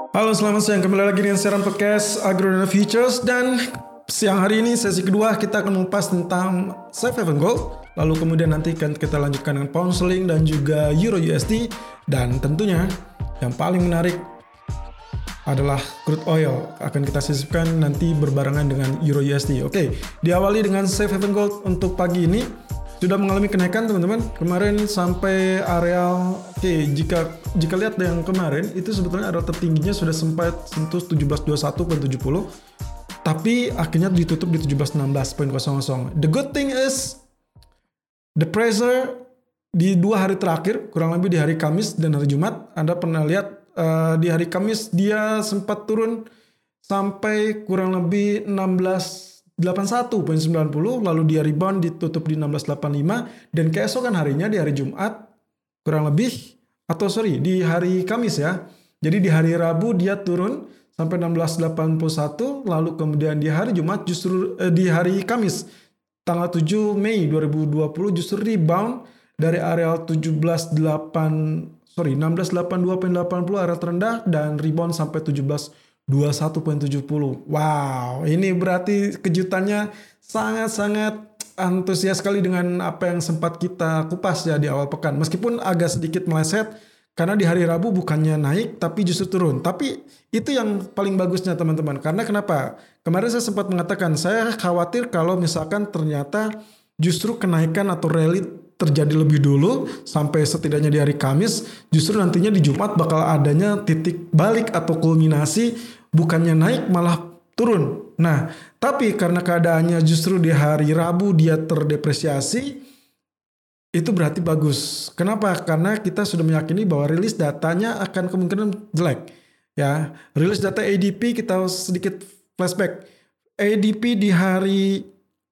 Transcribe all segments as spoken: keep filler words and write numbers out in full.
Halo, selamat siang. Kembali lagi dengan siaran podcast Agrodana Futures, dan siang hari ini sesi kedua kita akan mengupas tentang safe haven gold. Lalu kemudian nanti akan kita lanjutkan dengan pound sterling dan juga euro U S D, dan tentunya yang paling menarik adalah crude oil. Akan kita sisipkan nanti berbarengan dengan euro U S D. Oke, diawali dengan safe haven gold untuk pagi ini. Sudah mengalami kenaikan teman-teman, kemarin sampai areal, oke okay, jika jika lihat yang kemarin itu sebetulnya area tertingginya sudah sempat sentuh tujuh belas dua puluh satu koma tujuh nol, tapi akhirnya ditutup di tujuh belas enam belas koma nol nol. The good thing is the pressure di dua hari terakhir, kurang lebih di hari Kamis dan hari Jumat, Anda pernah lihat uh, di hari Kamis dia sempat turun sampai kurang lebih enam belas delapan puluh satu koma sembilan nol, lalu dia rebound ditutup di enam belas delapan puluh lima, dan keesokan harinya di hari Jumat kurang lebih, atau sorry di hari Kamis ya, jadi di hari Rabu dia turun sampai enam belas delapan puluh satu, lalu kemudian di hari Jumat justru eh, di hari Kamis tanggal tujuh Mei dua ribu dua puluh justru rebound dari areal tujuh belas delapan sorry enam belas delapan puluh dua koma delapan nol area terendah, dan rebound sampai tujuh belas dua puluh satu koma tujuh nol. Wow, ini berarti kejutannya sangat-sangat antusias sekali dengan apa yang sempat kita kupas ya di awal pekan. Meskipun agak sedikit meleset karena di hari Rabu bukannya naik tapi justru turun. Tapi itu yang paling bagusnya teman-teman. Karena kenapa? Kemarin saya sempat mengatakan saya khawatir kalau misalkan ternyata justru kenaikan atau rally terjadi lebih dulu sampai setidaknya di hari Kamis, justru nantinya di Jumat bakal adanya titik balik atau kulminasi, bukannya naik malah turun. Nah, tapi karena keadaannya justru di hari Rabu dia terdepresiasi, itu berarti bagus. Kenapa? Karena kita sudah meyakini bahwa rilis datanya akan kemungkinan jelek. Ya, rilis data A D P kita sedikit flashback. A D P di hari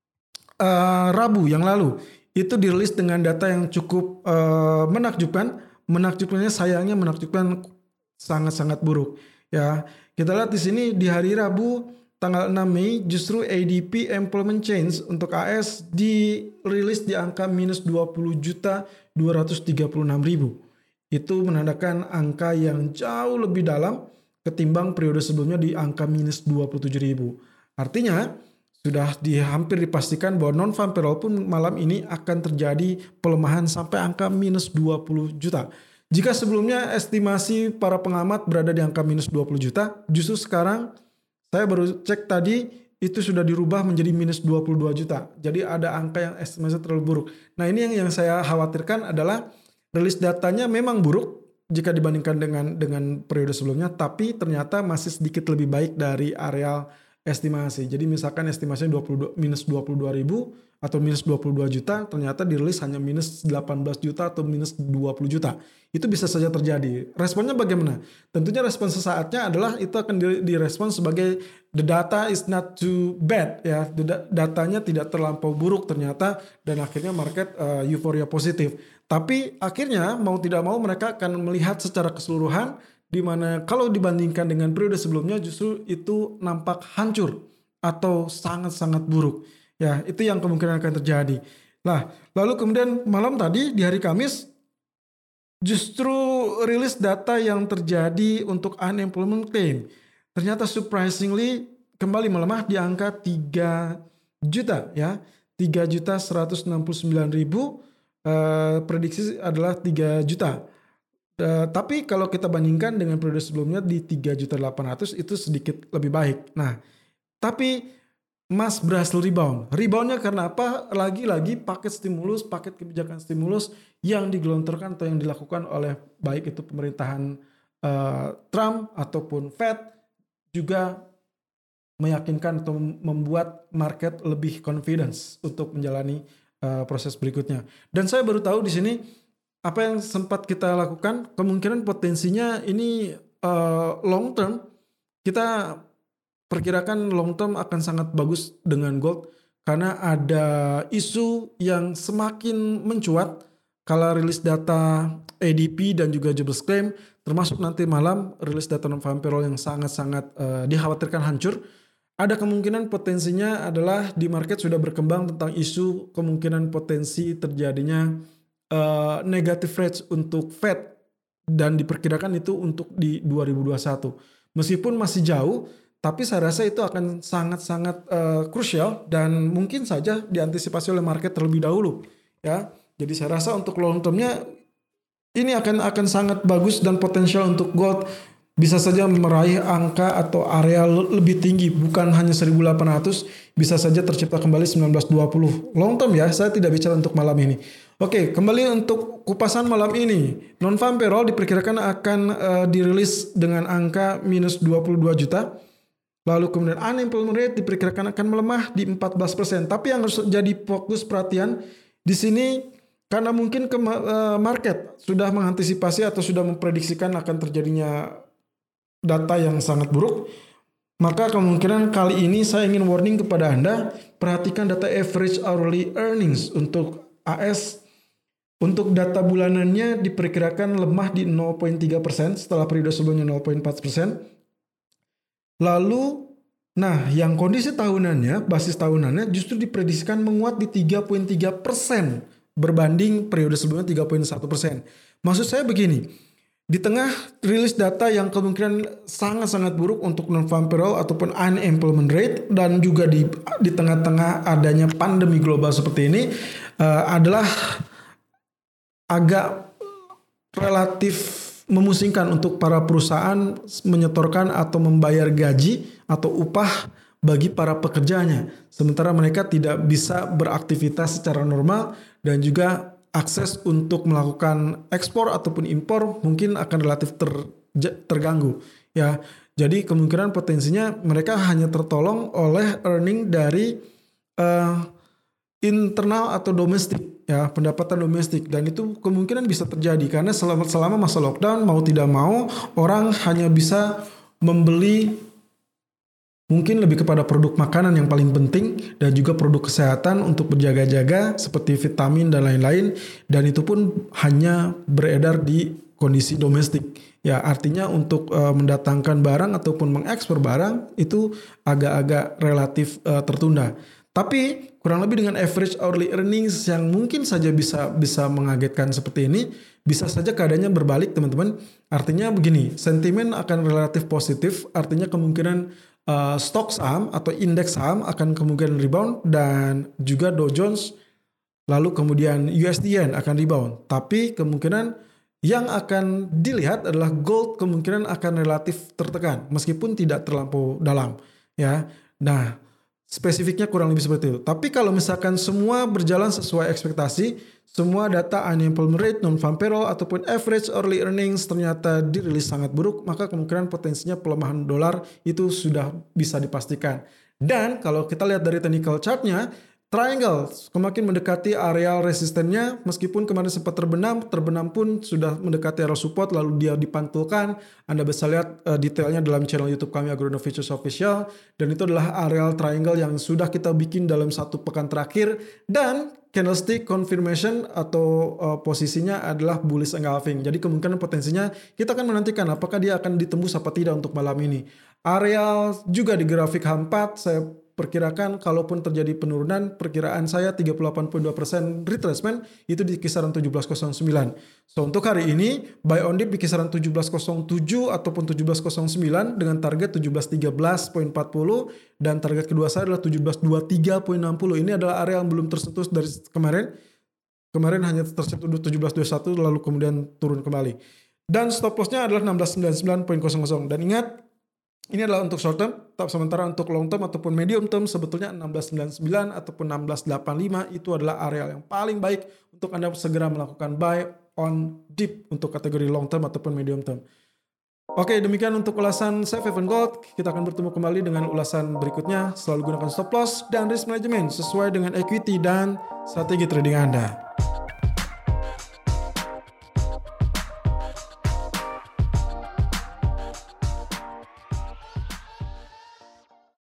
uh, Rabu yang lalu itu dirilis dengan data yang cukup uh, menakjubkan. Menakjubkannya sayangnya menakjubkan sangat-sangat buruk. Ya, kita lihat di sini di hari Rabu tanggal enam Mei justru A D P employment change untuk A S dirilis di angka minus dua puluh juta dua ratus tiga puluh enam ribu. Itu menandakan angka yang jauh lebih dalam ketimbang periode sebelumnya di angka minus dua puluh tujuh ribu. Artinya sudah di, hampir dipastikan bahwa non-farm payroll pun malam ini akan terjadi pelemahan sampai angka minus dua puluh juta. Jika sebelumnya estimasi para pengamat berada di angka minus dua puluh juta, justru sekarang saya baru cek tadi itu sudah dirubah menjadi minus dua puluh dua juta. Jadi ada angka yang estimasi terlalu buruk. Nah ini yang, yang saya khawatirkan adalah rilis datanya memang buruk jika dibandingkan dengan dengan periode sebelumnya, tapi ternyata masih sedikit lebih baik dari areal estimasi. Jadi misalkan estimasinya dua puluh dua, minus dua puluh dua ribu atau minus dua puluh dua juta, ternyata dirilis hanya minus delapan belas juta atau minus dua puluh juta. Itu bisa saja terjadi. Responnya bagaimana? Tentunya respon sesaatnya adalah itu akan direspon sebagai the data is not too bad ya. Datanya tidak terlampau buruk ternyata, dan akhirnya market uh, euforia positif. Tapi akhirnya mau tidak mau mereka akan melihat secara keseluruhan, di mana kalau dibandingkan dengan periode sebelumnya justru itu nampak hancur atau sangat-sangat buruk. Ya, itu yang kemungkinan akan terjadi. Nah, lalu kemudian malam tadi di hari Kamis justru rilis data yang terjadi untuk unemployment claim. Ternyata surprisingly kembali melemah di angka tiga juta ya. tiga juta seratus enam puluh sembilan ribu, uh, prediksi adalah tiga juta. Uh, tapi kalau kita bandingkan dengan periode sebelumnya di tiga juta delapan ratus itu sedikit lebih baik. Nah, tapi Mas berhasil rebound. Reboundnya karena apa? Lagi-lagi paket stimulus, paket kebijakan stimulus yang digelontorkan atau yang dilakukan oleh baik itu pemerintahan uh, Trump ataupun Fed juga meyakinkan atau membuat market lebih confidence untuk menjalani uh, proses berikutnya. Dan saya baru tahu di sini apa yang sempat kita lakukan, kemungkinan potensinya ini uh, long term, kita perkirakan long term akan sangat bagus dengan gold, karena ada isu yang semakin mencuat kala rilis data A D P dan juga jobs claim, termasuk nanti malam rilis data non-farm payroll yang sangat-sangat uh, dikhawatirkan hancur. Ada kemungkinan potensinya adalah di market sudah berkembang tentang isu kemungkinan potensi terjadinya Uh, negative rates untuk Fed dan diperkirakan itu untuk di dua ribu dua puluh satu. Meskipun masih jauh, tapi saya rasa itu akan sangat-sangat uh, krusial dan mungkin saja diantisipasi oleh market terlebih dahulu, ya. Jadi saya rasa untuk long termnya ini akan akan sangat bagus dan potensial untuk gold bisa saja meraih angka atau area lebih tinggi, bukan hanya seribu delapan ratus, bisa saja tercipta kembali sembilan belas dua puluh. Long term ya, saya tidak bicara untuk malam ini. Oke, kembali untuk kupasan malam ini. Non-farm payroll diperkirakan akan uh, dirilis dengan angka minus dua puluh dua juta. Lalu kemudian unemployment rate diperkirakan akan melemah di empat belas persen. Tapi yang harus jadi fokus perhatian di sini, karena mungkin ke uh, market sudah mengantisipasi atau sudah memprediksikan akan terjadinya data yang sangat buruk, maka kemungkinan kali ini saya ingin warning kepada Anda, perhatikan data average hourly earnings untuk A S. Untuk data bulanannya diperkirakan lemah di nol koma tiga persen setelah periode sebelumnya nol koma empat persen. Lalu, nah yang kondisi tahunannya, basis tahunannya justru diprediksikan menguat di tiga koma tiga persen berbanding periode sebelumnya tiga koma satu persen. Maksud saya begini, di tengah rilis data yang kemungkinan sangat-sangat buruk untuk non-farm payroll ataupun unemployment rate dan juga di di tengah-tengah adanya pandemi global seperti ini uh, adalah agak relatif memusingkan untuk para perusahaan menyetorkan atau membayar gaji atau upah bagi para pekerjanya. Sementara mereka tidak bisa beraktivitas secara normal dan juga akses untuk melakukan ekspor ataupun impor mungkin akan relatif ter, terganggu, ya. Jadi kemungkinan potensinya mereka hanya tertolong oleh earning dari uh, internal atau domestik, ya, pendapatan domestik, dan itu kemungkinan bisa terjadi karena selama selama masa lockdown mau tidak mau orang hanya bisa membeli mungkin lebih kepada produk makanan yang paling penting dan juga produk kesehatan untuk berjaga-jaga seperti vitamin dan lain-lain, dan itu pun hanya beredar di kondisi domestik. Ya, artinya untuk uh, mendatangkan barang ataupun mengekspor barang itu agak-agak relatif uh, tertunda. Tapi kurang lebih dengan average hourly earnings yang mungkin saja bisa bisa mengagetkan seperti ini, bisa saja keadaannya berbalik, teman-teman. Artinya begini, sentimen akan relatif positif, artinya kemungkinan Uh, stok saham atau indeks saham akan kemungkinan rebound dan juga Dow Jones, lalu kemudian U S D Yen akan rebound. Tapi kemungkinan yang akan dilihat adalah gold kemungkinan akan relatif tertekan meskipun tidak terlampau dalam, ya. Nah, spesifiknya kurang lebih seperti itu. Tapi kalau misalkan semua berjalan sesuai ekspektasi, semua data unemployment rate, non-farm payroll ataupun average hourly earnings ternyata dirilis sangat buruk, maka kemungkinan potensinya pelemahan dolar itu sudah bisa dipastikan. Dan kalau kita lihat dari technical chartnya, triangle semakin mendekati areal resistennya, meskipun kemarin sempat terbenam, terbenam pun sudah mendekati area support, lalu dia dipantulkan. Anda bisa lihat uh, detailnya dalam channel YouTube kami Agrono Futures Official, dan itu adalah areal triangle yang sudah kita bikin dalam satu pekan terakhir, dan candlestick confirmation atau uh, posisinya adalah bullish engulfing. Jadi kemungkinan potensinya kita akan menantikan apakah dia akan ditembus apa tidak untuk malam ini. Areal juga di grafik H empat saya perkirakan kalaupun terjadi penurunan, perkiraan saya tiga puluh delapan koma dua persen retracement itu di kisaran tujuh belas nol sembilan. So untuk hari ini buy on dip di kisaran tujuh belas nol tujuh ataupun tujuh belas nol sembilan dengan target tujuh belas tiga belas koma empat nol dan target kedua saya adalah tujuh belas dua puluh tiga koma enam nol. Ini adalah area yang belum tersentuh dari kemarin. Kemarin hanya tersentuh tujuh belas dua puluh satu lalu kemudian turun kembali. Dan stop lossnya adalah enam belas sembilan puluh sembilan koma nol nol. Dan ingat, ini adalah untuk short term, tapi sementara untuk long term ataupun medium term sebetulnya enam belas sembilan puluh sembilan ataupun enam belas delapan puluh lima itu adalah area yang paling baik untuk Anda segera melakukan buy on dip untuk kategori long term ataupun medium term. Oke, demikian untuk ulasan Safe Haven Gold. Kita akan bertemu kembali dengan ulasan berikutnya. Selalu gunakan stop loss dan risk management sesuai dengan equity dan strategi trading Anda.